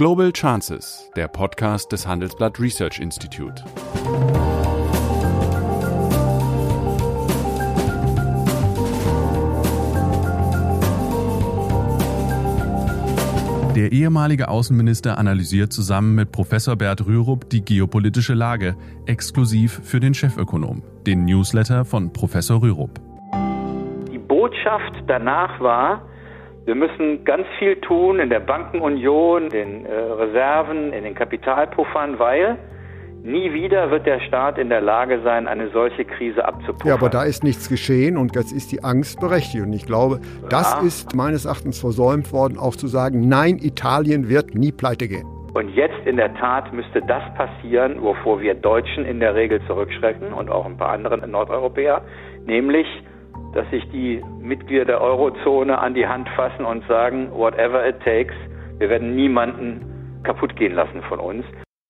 Global Chances, der Podcast des Handelsblatt Research Institute. Der ehemalige Außenminister analysiert zusammen mit Professor Bert Rürup die geopolitische Lage, exklusiv für den Chefökonom, den Newsletter von Professor Rürup. Die Botschaft danach war, wir müssen ganz viel tun in der Bankenunion, den Reserven, in den Kapitalpuffern, weil nie wieder wird der Staat in der Lage sein, eine solche Krise abzupuffern. Ja, aber da ist nichts geschehen und jetzt ist die Angst berechtigt. Und ich glaube, das ist meines Erachtens versäumt worden, auch zu sagen, nein, Italien wird nie pleite gehen. Und jetzt in der Tat müsste das passieren, wovor wir Deutschen in der Regel zurückschrecken und auch ein paar andere Nordeuropäer, nämlich, dass sich die Mitglieder der Eurozone an die Hand fassen und sagen, whatever it takes, wir werden niemanden kaputt gehen lassen von uns.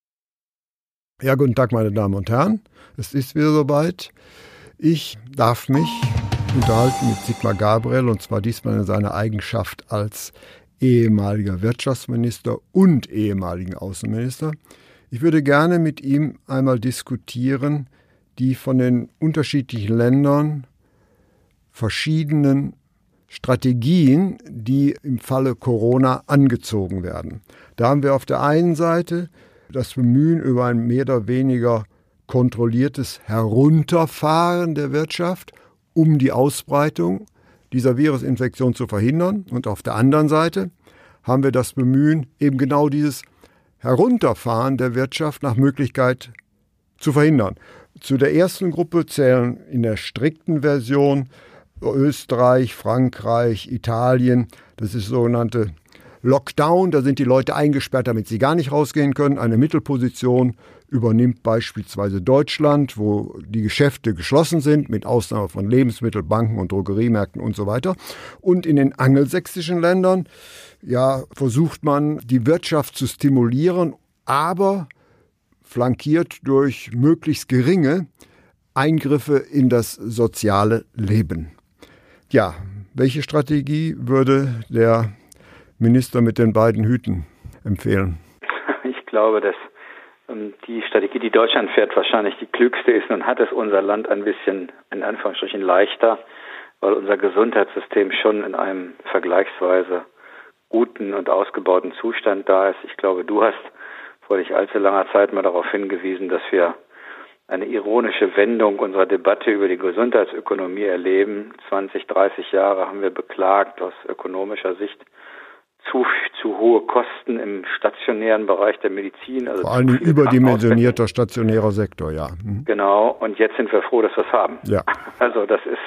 Ja, guten Tag, meine Damen und Herren. Es ist wieder soweit. Ich darf mich unterhalten mit Sigmar Gabriel, und zwar diesmal in seiner Eigenschaft als ehemaliger Wirtschaftsminister und ehemaligen Außenminister. Ich würde gerne mit ihm einmal diskutieren, die von den unterschiedlichen Ländern verschiedenen Strategien, die im Falle Corona angezogen werden. Da haben wir auf der einen Seite das Bemühen über ein mehr oder weniger kontrolliertes Herunterfahren der Wirtschaft, um die Ausbreitung dieser Virusinfektion zu verhindern. Und auf der anderen Seite haben wir das Bemühen, eben genau dieses Herunterfahren der Wirtschaft nach Möglichkeit zu verhindern. Zu der ersten Gruppe zählen in der strikten Version Österreich, Frankreich, Italien. Das ist sogenannte Lockdown, da sind die Leute eingesperrt, damit sie gar nicht rausgehen können. Eine Mittelposition übernimmt beispielsweise Deutschland, wo die Geschäfte geschlossen sind, mit Ausnahme von Lebensmittel-, Banken- und Drogeriemärkten und so weiter. Und in den angelsächsischen Ländern versucht man, die Wirtschaft zu stimulieren, aber flankiert durch möglichst geringe Eingriffe in das soziale Leben. Ja, welche Strategie würde der Minister mit den beiden Hüten empfehlen? Ich glaube, dass die Strategie, die Deutschland fährt, wahrscheinlich die klügste ist. Nun hat es unser Land ein bisschen, in Anführungsstrichen, leichter, weil unser Gesundheitssystem schon in einem vergleichsweise guten und ausgebauten Zustand da ist. Ich glaube, du hast vor nicht allzu langer Zeit mal darauf hingewiesen, dass wir eine ironische Wendung unserer Debatte über die Gesundheitsökonomie erleben. 20, 30 Jahre haben wir beklagt aus ökonomischer Sicht zu hohe Kosten im stationären Bereich der Medizin. Also vor allem überdimensionierter stationärer Sektor, ja. Genau, und jetzt sind wir froh, dass wir es haben. Ja. Also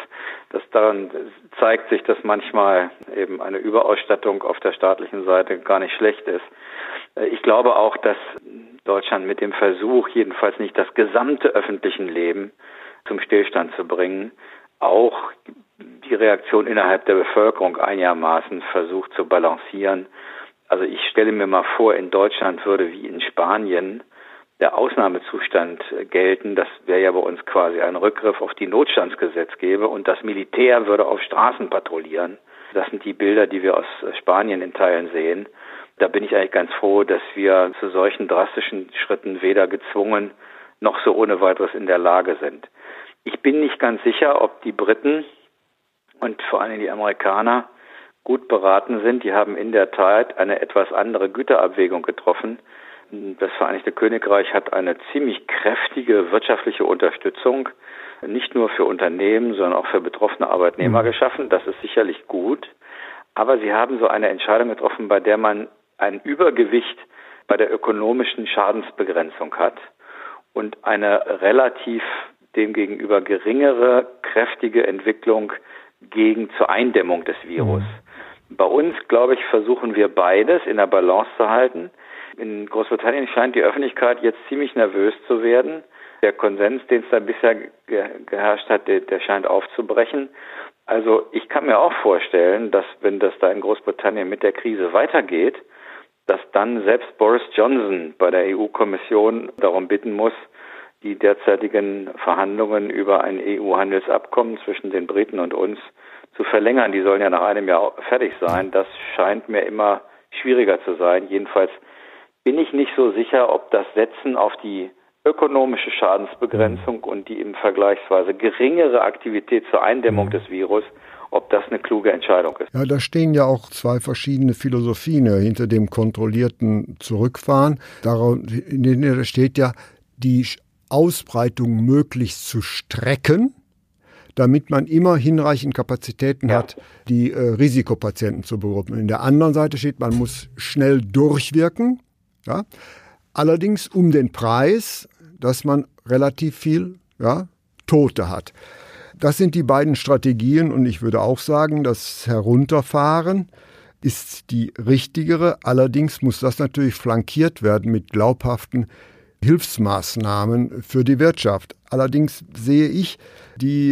daran zeigt sich, dass manchmal eben eine Überausstattung auf der staatlichen Seite gar nicht schlecht ist. Ich glaube auch, dass Deutschland mit dem Versuch, jedenfalls nicht das gesamte öffentliche Leben zum Stillstand zu bringen, auch die Reaktion innerhalb der Bevölkerung einigermaßen versucht zu balancieren. Also ich stelle mir mal vor, in Deutschland würde wie in Spanien der Ausnahmezustand gelten. Das wäre ja bei uns quasi ein Rückgriff auf die Notstandsgesetzgebung und das Militär würde auf Straßen patrouillieren. Das sind die Bilder, die wir aus Spanien in Teilen sehen. Da bin ich eigentlich ganz froh, dass wir zu solchen drastischen Schritten weder gezwungen noch so ohne weiteres in der Lage sind. Ich bin nicht ganz sicher, ob die Briten und vor allem die Amerikaner gut beraten sind. Die haben in der Tat eine etwas andere Güterabwägung getroffen. Das Vereinigte Königreich hat eine ziemlich kräftige wirtschaftliche Unterstützung, nicht nur für Unternehmen, sondern auch für betroffene Arbeitnehmer geschaffen. Das ist sicherlich gut. Aber sie haben so eine Entscheidung getroffen, bei der man ein Übergewicht bei der ökonomischen Schadensbegrenzung hat und eine relativ demgegenüber geringere, kräftige Entwicklung zur Eindämmung des Virus. Bei uns, glaube ich, versuchen wir beides in der Balance zu halten. In Großbritannien scheint die Öffentlichkeit jetzt ziemlich nervös zu werden. Der Konsens, den es da bisher geherrscht hat, der scheint aufzubrechen. Also ich kann mir auch vorstellen, dass wenn das da in Großbritannien mit der Krise weitergeht, dass dann selbst Boris Johnson bei der EU-Kommission darum bitten muss, die derzeitigen Verhandlungen über ein EU-Handelsabkommen zwischen den Briten und uns zu verlängern. Die sollen ja nach einem Jahr fertig sein. Das scheint mir immer schwieriger zu sein. Jedenfalls bin ich nicht so sicher, ob das Setzen auf die ökonomische Schadensbegrenzung und die im vergleichsweise geringere Aktivität zur Eindämmung des Virus, ob das eine kluge Entscheidung ist. Ja, da stehen ja auch zwei verschiedene Philosophien hinter dem kontrollierten Zurückfahren. Da steht ja, die Ausbreitung möglichst zu strecken, damit man immer hinreichend Kapazitäten hat, die Risikopatienten zu beobachten. In der anderen Seite steht, man muss schnell durchwirken, ja? Allerdings um den Preis, dass man relativ viel Tote hat. Das sind die beiden Strategien und ich würde auch sagen, das Herunterfahren ist die richtigere. Allerdings muss das natürlich flankiert werden mit glaubhaften Hilfsmaßnahmen für die Wirtschaft. Allerdings sehe ich die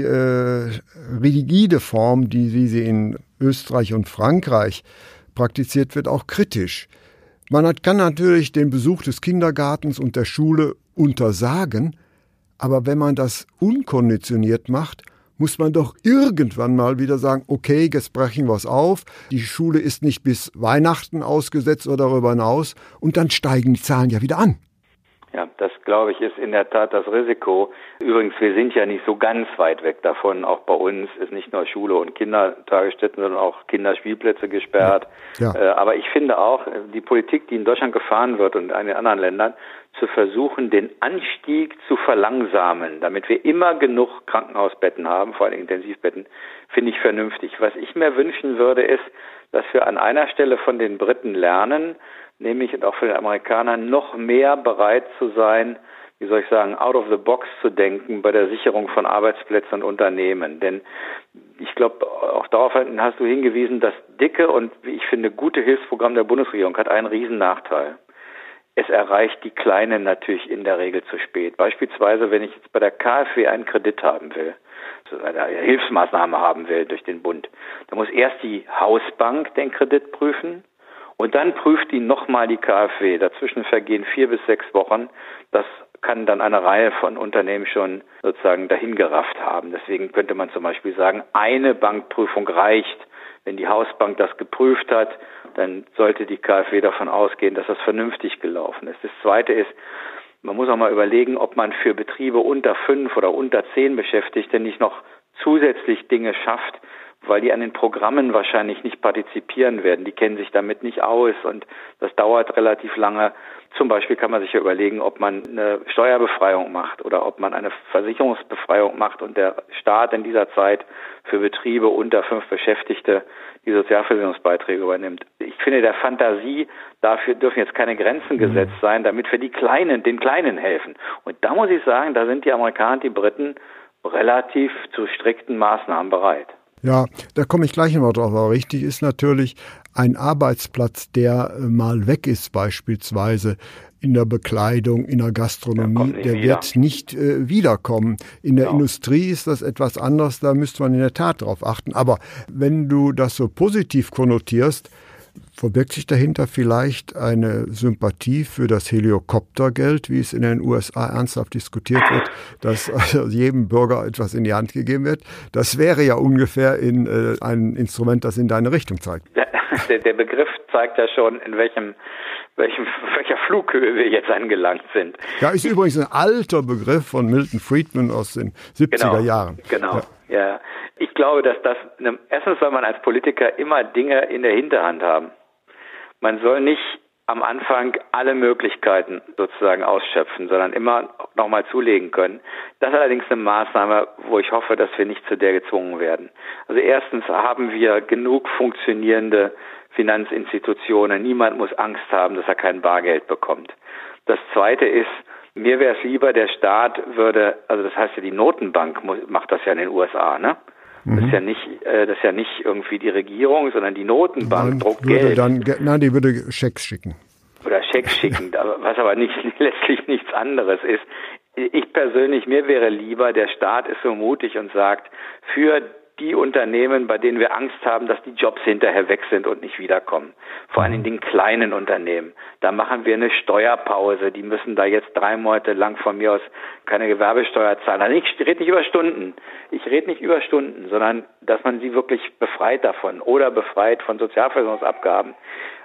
rigide Form, wie sie in Österreich und Frankreich praktiziert wird, auch kritisch. Man kann natürlich den Besuch des Kindergartens und der Schule untersagen, aber wenn man das unkonditioniert macht, muss man doch irgendwann mal wieder sagen, okay, jetzt brechen wir es auf, die Schule ist nicht bis Weihnachten ausgesetzt oder darüber hinaus und dann steigen die Zahlen ja wieder an. Ja, das glaube ich ist in der Tat das Risiko. Übrigens, wir sind ja nicht so ganz weit weg davon. Auch bei uns ist nicht nur Schule und Kindertagesstätten, sondern auch Kinderspielplätze gesperrt. Ja. Aber ich finde auch, die Politik, die in Deutschland gefahren wird und in den anderen Ländern, zu versuchen, den Anstieg zu verlangsamen, damit wir immer genug Krankenhausbetten haben, vor allem Intensivbetten, finde ich vernünftig. Was ich mir wünschen würde, ist, dass wir an einer Stelle von den Briten lernen, nämlich und auch für den Amerikanern noch mehr bereit zu sein, wie soll ich sagen, out of the box zu denken bei der Sicherung von Arbeitsplätzen und Unternehmen. Denn ich glaube, auch darauf hast du hingewiesen, das dicke und, wie ich finde, gute Hilfsprogramm der Bundesregierung hat einen riesen Nachteil. Es erreicht die Kleinen natürlich in der Regel zu spät. Beispielsweise, wenn ich jetzt bei der KfW einen Kredit haben will, also eine Hilfsmaßnahme haben will durch den Bund, dann muss erst die Hausbank den Kredit prüfen. Und dann prüft die nochmal die KfW. Dazwischen vergehen 4 bis 6 Wochen. Das kann dann eine Reihe von Unternehmen schon sozusagen dahingerafft haben. Deswegen könnte man zum Beispiel sagen, eine Bankprüfung reicht. Wenn die Hausbank das geprüft hat, dann sollte die KfW davon ausgehen, dass das vernünftig gelaufen ist. Das Zweite ist, man muss auch mal überlegen, ob man für Betriebe unter 5 oder unter 10 Beschäftigte nicht noch zusätzlich Dinge schafft, weil die an den Programmen wahrscheinlich nicht partizipieren werden. Die kennen sich damit nicht aus und das dauert relativ lange. Zum Beispiel kann man sich ja überlegen, ob man eine Steuerbefreiung macht oder ob man eine Versicherungsbefreiung macht und der Staat in dieser Zeit für Betriebe unter 5 Beschäftigte die Sozialversicherungsbeiträge übernimmt. Ich finde, der Fantasie dafür dürfen jetzt keine Grenzen gesetzt sein, damit wir den Kleinen helfen. Und da muss ich sagen, da sind die Amerikaner und die Briten relativ zu strikten Maßnahmen bereit. Ja, da komme ich gleich noch drauf. Aber richtig ist natürlich ein Arbeitsplatz, der mal weg ist, beispielsweise in der Bekleidung, in der Gastronomie, der wird nicht wiederkommen. In der Industrie ist das etwas anders, da müsste man in der Tat drauf achten. Aber wenn du das so positiv konnotierst, verbirgt sich dahinter vielleicht eine Sympathie für das Helikoptergeld, wie es in den USA ernsthaft diskutiert wird, dass also jedem Bürger etwas in die Hand gegeben wird. Das wäre ja ungefähr ein Instrument, das in deine Richtung zeigt. Der Begriff zeigt ja schon, in welcher Flughöhe wir jetzt angelangt sind. Ja, ist übrigens ein alter Begriff von Milton Friedman aus den 70er Jahren. Genau. Ja. Ich glaube, dass erstens soll man als Politiker immer Dinge in der Hinterhand haben. Man soll nicht am Anfang alle Möglichkeiten sozusagen ausschöpfen, sondern immer nochmal zulegen können. Das ist allerdings eine Maßnahme, wo ich hoffe, dass wir nicht zu der gezwungen werden. Also erstens haben wir genug funktionierende Finanzinstitutionen. Niemand muss Angst haben, dass er kein Bargeld bekommt. Das Zweite ist, mir wäre es lieber, der Staat würde, also das heißt ja, die Notenbank macht das ja in den USA, ne? Das ist ja nicht irgendwie die Regierung, sondern die Notenbank druckt Geld. Die würde Schecks schicken. Oder Schecks schicken, was aber letztlich nichts anderes ist. Ich persönlich, mir wäre lieber, der Staat ist so mutig und sagt, für die Unternehmen, bei denen wir Angst haben, dass die Jobs hinterher weg sind und nicht wiederkommen. Vor allem den kleinen Unternehmen. Da machen wir eine Steuerpause. Die müssen da jetzt 3 Monate lang von mir aus keine Gewerbesteuer zahlen. Also ich rede nicht über Stunden. Ich rede nicht über Stunden, sondern dass man sie wirklich befreit davon oder befreit von Sozialversicherungsabgaben.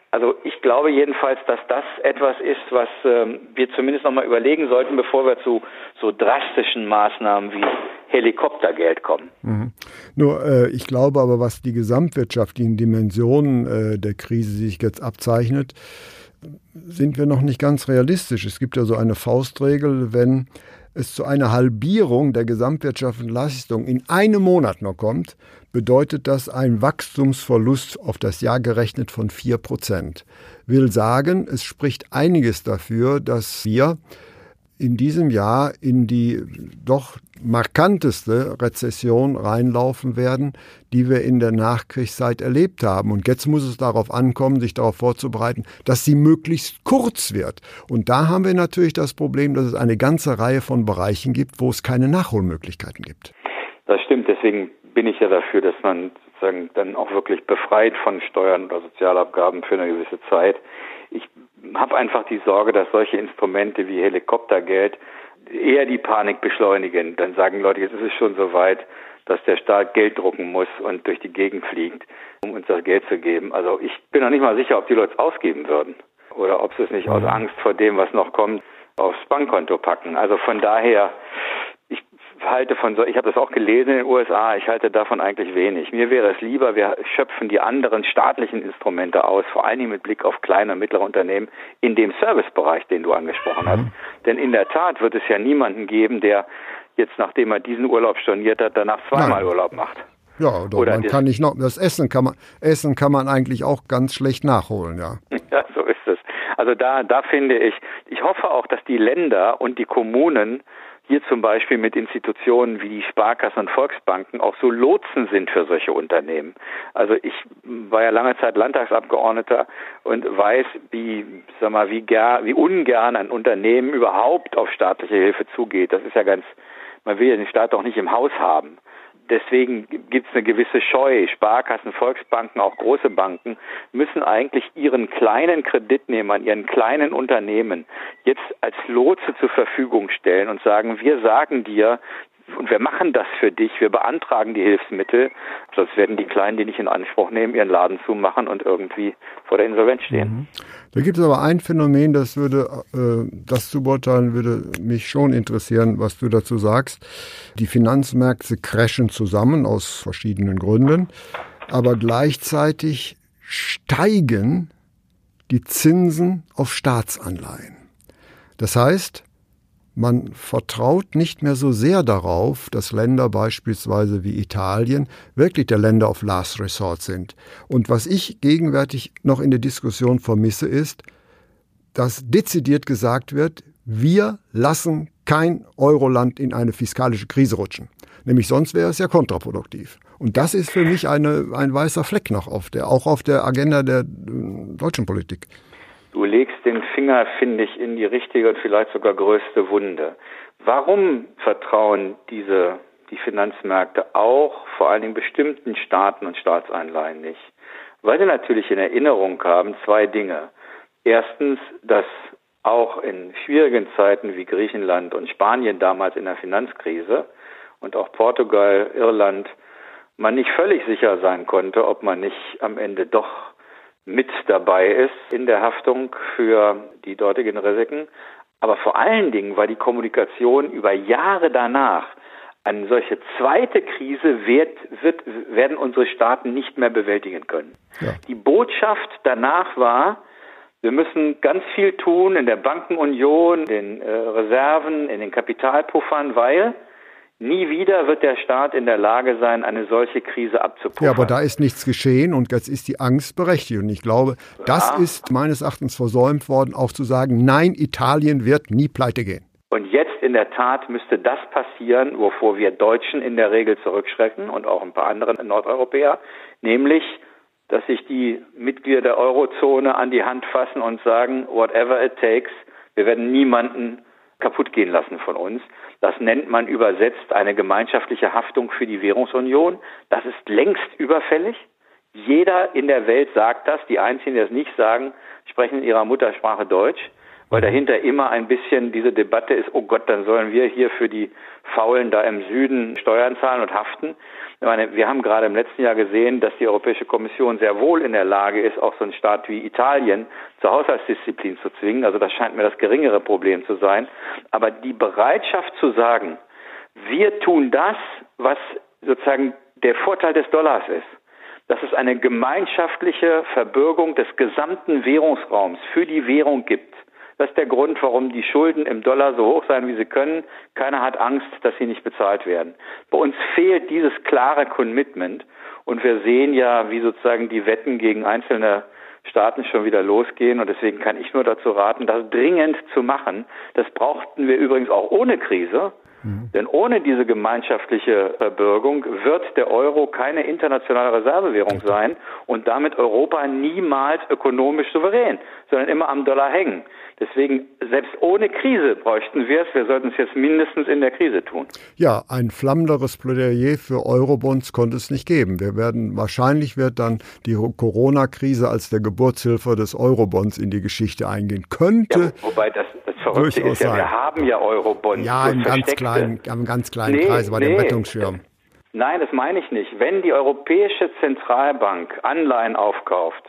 Also ich glaube jedenfalls, dass das etwas ist, was wir zumindest noch mal überlegen sollten, bevor wir zu so drastischen Maßnahmen wie Helikoptergeld kommen. Mhm. Nur ich glaube aber, was die gesamtwirtschaftlichen Dimensionen der Krise, die sich jetzt abzeichnet, sind wir noch nicht ganz realistisch. Es gibt ja so eine Faustregel, wenn es zu einer Halbierung der gesamtwirtschaftlichen Leistung in einem Monat noch kommt, bedeutet das ein Wachstumsverlust auf das Jahr gerechnet von 4%. Will sagen, es spricht einiges dafür, dass wir in diesem Jahr in die doch markanteste Rezession reinlaufen werden, die wir in der Nachkriegszeit erlebt haben. Und jetzt muss es darauf ankommen, sich darauf vorzubereiten, dass sie möglichst kurz wird. Und da haben wir natürlich das Problem, dass es eine ganze Reihe von Bereichen gibt, wo es keine Nachholmöglichkeiten gibt. Das stimmt, deswegen bin ich ja dafür, dass man sozusagen dann auch wirklich befreit von Steuern oder Sozialabgaben für eine gewisse Zeit. Ich habe einfach die Sorge, dass solche Instrumente wie Helikoptergeld eher die Panik beschleunigen. Dann sagen Leute, jetzt ist es schon so weit, dass der Staat Geld drucken muss und durch die Gegend fliegt, um uns das Geld zu geben. Also ich bin noch nicht mal sicher, ob die Leute es ausgeben würden oder ob sie es nicht aus Angst vor dem, was noch kommt, aufs Bankkonto packen. Also von daher, ich habe das auch gelesen in den USA, ich halte davon eigentlich wenig. Mir wäre es lieber, wir schöpfen die anderen staatlichen Instrumente aus, vor allen Dingen mit Blick auf kleine und mittlere Unternehmen in dem Servicebereich, den du angesprochen hast. Denn in der Tat wird es ja niemanden geben, der jetzt, nachdem er diesen Urlaub storniert hat, danach zweimal Urlaub macht. Ja, oder man kann nicht noch, das Essen kann man eigentlich auch ganz schlecht nachholen, ja. Ja, so ist es. Also da finde ich hoffe auch, dass die Länder und die Kommunen hier zum Beispiel mit Institutionen wie die Sparkassen und Volksbanken auch so Lotsen sind für solche Unternehmen. Also ich war ja lange Zeit Landtagsabgeordneter und weiß, wie ungern ein Unternehmen überhaupt auf staatliche Hilfe zugeht. Das ist ja man will ja den Staat doch nicht im Haus haben. Deswegen gibt es eine gewisse Scheu. Sparkassen, Volksbanken, auch große Banken müssen eigentlich ihren kleinen Kreditnehmern, ihren kleinen Unternehmen jetzt als Lotse zur Verfügung stellen und sagen, wir sagen dir, und wir machen das für dich, wir beantragen die Hilfsmittel, sonst werden die Kleinen, die nicht in Anspruch nehmen, ihren Laden zumachen und irgendwie vor der Insolvenz stehen. Da gibt es aber ein Phänomen, das zu beurteilen würde mich schon interessieren, was du dazu sagst. Die Finanzmärkte crashen zusammen aus verschiedenen Gründen, aber gleichzeitig steigen die Zinsen auf Staatsanleihen. Das heißt, man vertraut nicht mehr so sehr darauf, dass Länder beispielsweise wie Italien wirklich der Länder of Last Resort sind. Und was ich gegenwärtig noch in der Diskussion vermisse, ist, dass dezidiert gesagt wird, wir lassen kein Euroland in eine fiskalische Krise rutschen. Nämlich sonst wäre es ja kontraproduktiv. Und das ist für mich ein weißer Fleck noch auch auf der Agenda der deutschen Politik. Du legst den Finger, finde ich, in die richtige und vielleicht sogar größte Wunde. Warum vertrauen die Finanzmärkte auch vor allen Dingen bestimmten Staaten und Staatsanleihen nicht? Weil sie natürlich in Erinnerung haben zwei Dinge. Erstens, dass auch in schwierigen Zeiten wie Griechenland und Spanien damals in der Finanzkrise und auch Portugal, Irland, man nicht völlig sicher sein konnte, ob man nicht am Ende doch mit dabei ist in der Haftung für die dortigen Risiken. Aber vor allen Dingen war die Kommunikation über Jahre danach, eine solche zweite Krise werden unsere Staaten nicht mehr bewältigen können. Ja. Die Botschaft danach war, wir müssen ganz viel tun in der Bankenunion, den Reserven, in den Kapitalpuffern, weil nie wieder wird der Staat in der Lage sein, eine solche Krise abzupuffern. Ja, aber da ist nichts geschehen und jetzt ist die Angst berechtigt. Und ich glaube, das ist meines Erachtens versäumt worden, auch zu sagen, nein, Italien wird nie pleite gehen. Und jetzt in der Tat müsste das passieren, wovor wir Deutschen in der Regel zurückschrecken und auch ein paar andere Nordeuropäer, nämlich, dass sich die Mitglieder der Eurozone an die Hand fassen und sagen, whatever it takes, wir werden niemanden kaputt gehen lassen von uns. Das nennt man übersetzt eine gemeinschaftliche Haftung für die Währungsunion. Das ist längst überfällig. Jeder in der Welt sagt das. Die Einzigen, die das nicht sagen, sprechen in ihrer Muttersprache Deutsch. weil dahinter immer ein bisschen diese Debatte ist, oh Gott, dann sollen wir hier für die Faulen da im Süden Steuern zahlen und haften. Ich meine, wir haben gerade im letzten Jahr gesehen, dass die Europäische Kommission sehr wohl in der Lage ist, auch so einen Staat wie Italien zur Haushaltsdisziplin zu zwingen. Also das scheint mir das geringere Problem zu sein. Aber die Bereitschaft zu sagen, wir tun das, was sozusagen der Vorteil des Dollars ist, dass es eine gemeinschaftliche Verbürgung des gesamten Währungsraums für die Währung gibt. Das ist der Grund, warum die Schulden im Dollar so hoch sein, wie sie können. Keiner hat Angst, dass sie nicht bezahlt werden. Bei uns fehlt dieses klare Commitment. Und wir sehen ja, wie sozusagen die Wetten gegen einzelne Staaten schon wieder losgehen. Und deswegen kann ich nur dazu raten, das dringend zu machen. Das brauchten wir übrigens auch ohne Krise. Denn ohne diese gemeinschaftliche Verbürgung wird der Euro keine internationale Reservewährung sein und damit Europa niemals ökonomisch souverän, sondern immer am Dollar hängen. Deswegen, selbst ohne Krise bräuchten wir es. Wir sollten es jetzt mindestens in der Krise tun. Ja, ein flammenderes Plädoyer für Eurobonds konnte es nicht geben. Wahrscheinlich wird dann die Corona-Krise als der Geburtshilfe des Eurobonds in die Geschichte eingehen. Könnte. Ja, wobei das Verrückte ist ja, wir haben ja Eurobonds. Ja, im ganz kleinen Kreis bei dem Rettungsschirm. Nein, das meine ich nicht. Wenn die Europäische Zentralbank Anleihen aufkauft,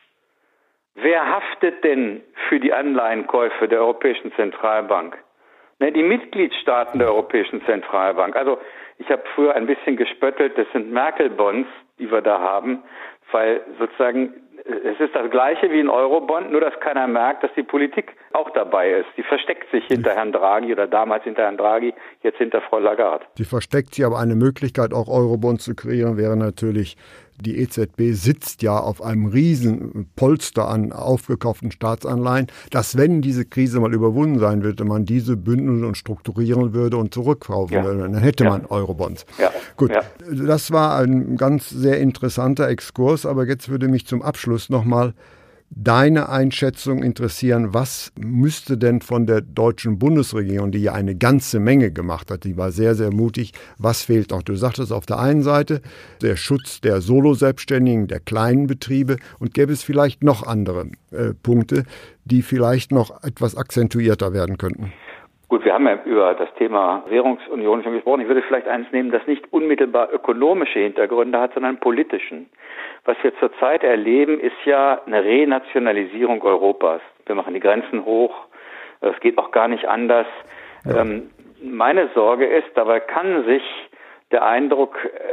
wer haftet denn für die Anleihenkäufe der Europäischen Zentralbank? Die Mitgliedstaaten der Europäischen Zentralbank. Also ich habe früher ein bisschen gespöttelt, das sind Merkel-Bonds, die wir da haben, weil sozusagen es ist das Gleiche wie ein Eurobond, nur dass keiner merkt, dass die Politik auch dabei ist. Die versteckt sich hinter Herrn Draghi oder damals hinter Herrn Draghi, jetzt hinter Frau Lagarde. Die versteckt sich, aber eine Möglichkeit, auch Eurobonds zu kreieren, wäre natürlich, die EZB sitzt ja auf einem riesen Polster an aufgekauften Staatsanleihen, dass, wenn diese Krise mal überwunden sein würde, man diese bündeln und strukturieren würde und zurückkaufen würde. Dann hätte man Eurobonds. Ja. Gut, das war ein ganz sehr interessanter Exkurs, aber jetzt würde mich zum Abschluss nochmal deine Einschätzung interessieren. Was müsste denn von der deutschen Bundesregierung, die ja eine ganze Menge gemacht hat, die war sehr, sehr mutig, was fehlt noch? Du sagtest auf der einen Seite der Schutz der Solo-Selbstständigen, der kleinen Betriebe, und gäbe es vielleicht noch andere Punkte, die vielleicht noch etwas akzentuierter werden könnten? Gut, wir haben ja über das Thema Währungsunion schon gesprochen. Ich würde vielleicht eins nehmen, das nicht unmittelbar ökonomische Hintergründe hat, sondern politischen. Was wir zurzeit erleben, ist ja eine Renationalisierung Europas. Wir machen die Grenzen hoch. Es geht auch gar nicht anders. Ja. Meine Sorge ist, dabei kann sich der Eindruck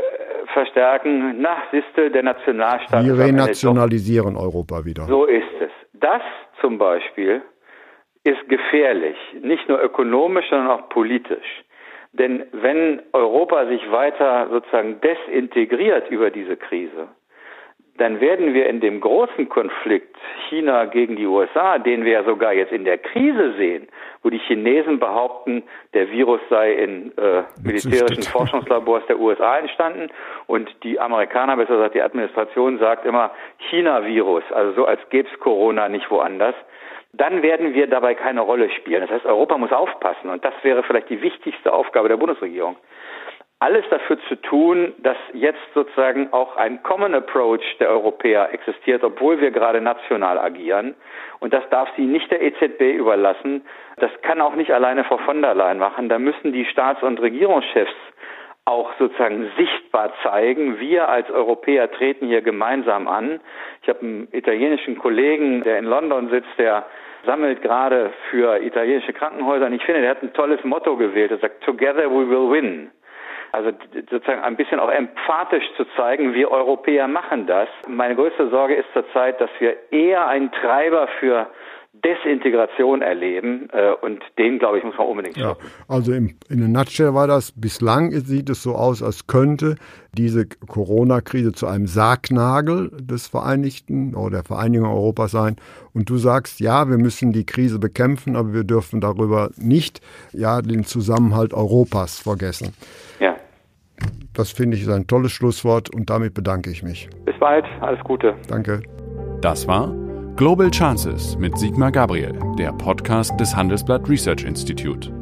verstärken, siehste, der Nationalstaat. Wir renationalisieren Europa wieder. So ist es. Das zum Beispiel ist gefährlich, nicht nur ökonomisch, sondern auch politisch. Denn wenn Europa sich weiter sozusagen desintegriert über diese Krise, dann werden wir in dem großen Konflikt China gegen die USA, den wir ja sogar jetzt in der Krise sehen, wo die Chinesen behaupten, der Virus sei in militärischen Forschungslabors der USA entstanden und die Amerikaner, besser gesagt die Administration, sagt immer China-Virus, also so als gäbe es Corona nicht woanders. Dann werden wir dabei keine Rolle spielen. Das heißt, Europa muss aufpassen und das wäre vielleicht die wichtigste Aufgabe der Bundesregierung. Alles dafür zu tun, dass jetzt sozusagen auch ein Common Approach der Europäer existiert, obwohl wir gerade national agieren. Und das darf sie nicht der EZB überlassen. Das kann auch nicht alleine Frau von der Leyen machen. Da müssen die Staats- und Regierungschefs auch sozusagen sichtbar zeigen, wir als Europäer treten hier gemeinsam an. Ich habe einen italienischen Kollegen, der in London sitzt, der sammelt gerade für italienische Krankenhäuser. Und ich finde, der hat ein tolles Motto gewählt. Er sagt, Together we will win. Also sozusagen ein bisschen auch emphatisch zu zeigen, wir Europäer machen das. Meine größte Sorge ist zurzeit, dass wir eher einen Treiber für Desintegration erleben und den, glaube ich, muss man unbedingt stoppen. Ja, also in a nutshell war das, bislang sieht es so aus, als könnte diese Corona-Krise zu einem Sargnagel des Vereinigten oder der Vereinigung Europas sein. Und du sagst, ja, wir müssen die Krise bekämpfen, aber wir dürfen darüber nicht den Zusammenhalt Europas vergessen. Ja. Das finde ich ist ein tolles Schlusswort und damit bedanke ich mich. Bis bald, alles Gute. Danke. Das war Global Chances mit Sigmar Gabriel, der Podcast des Handelsblatt Research Institute.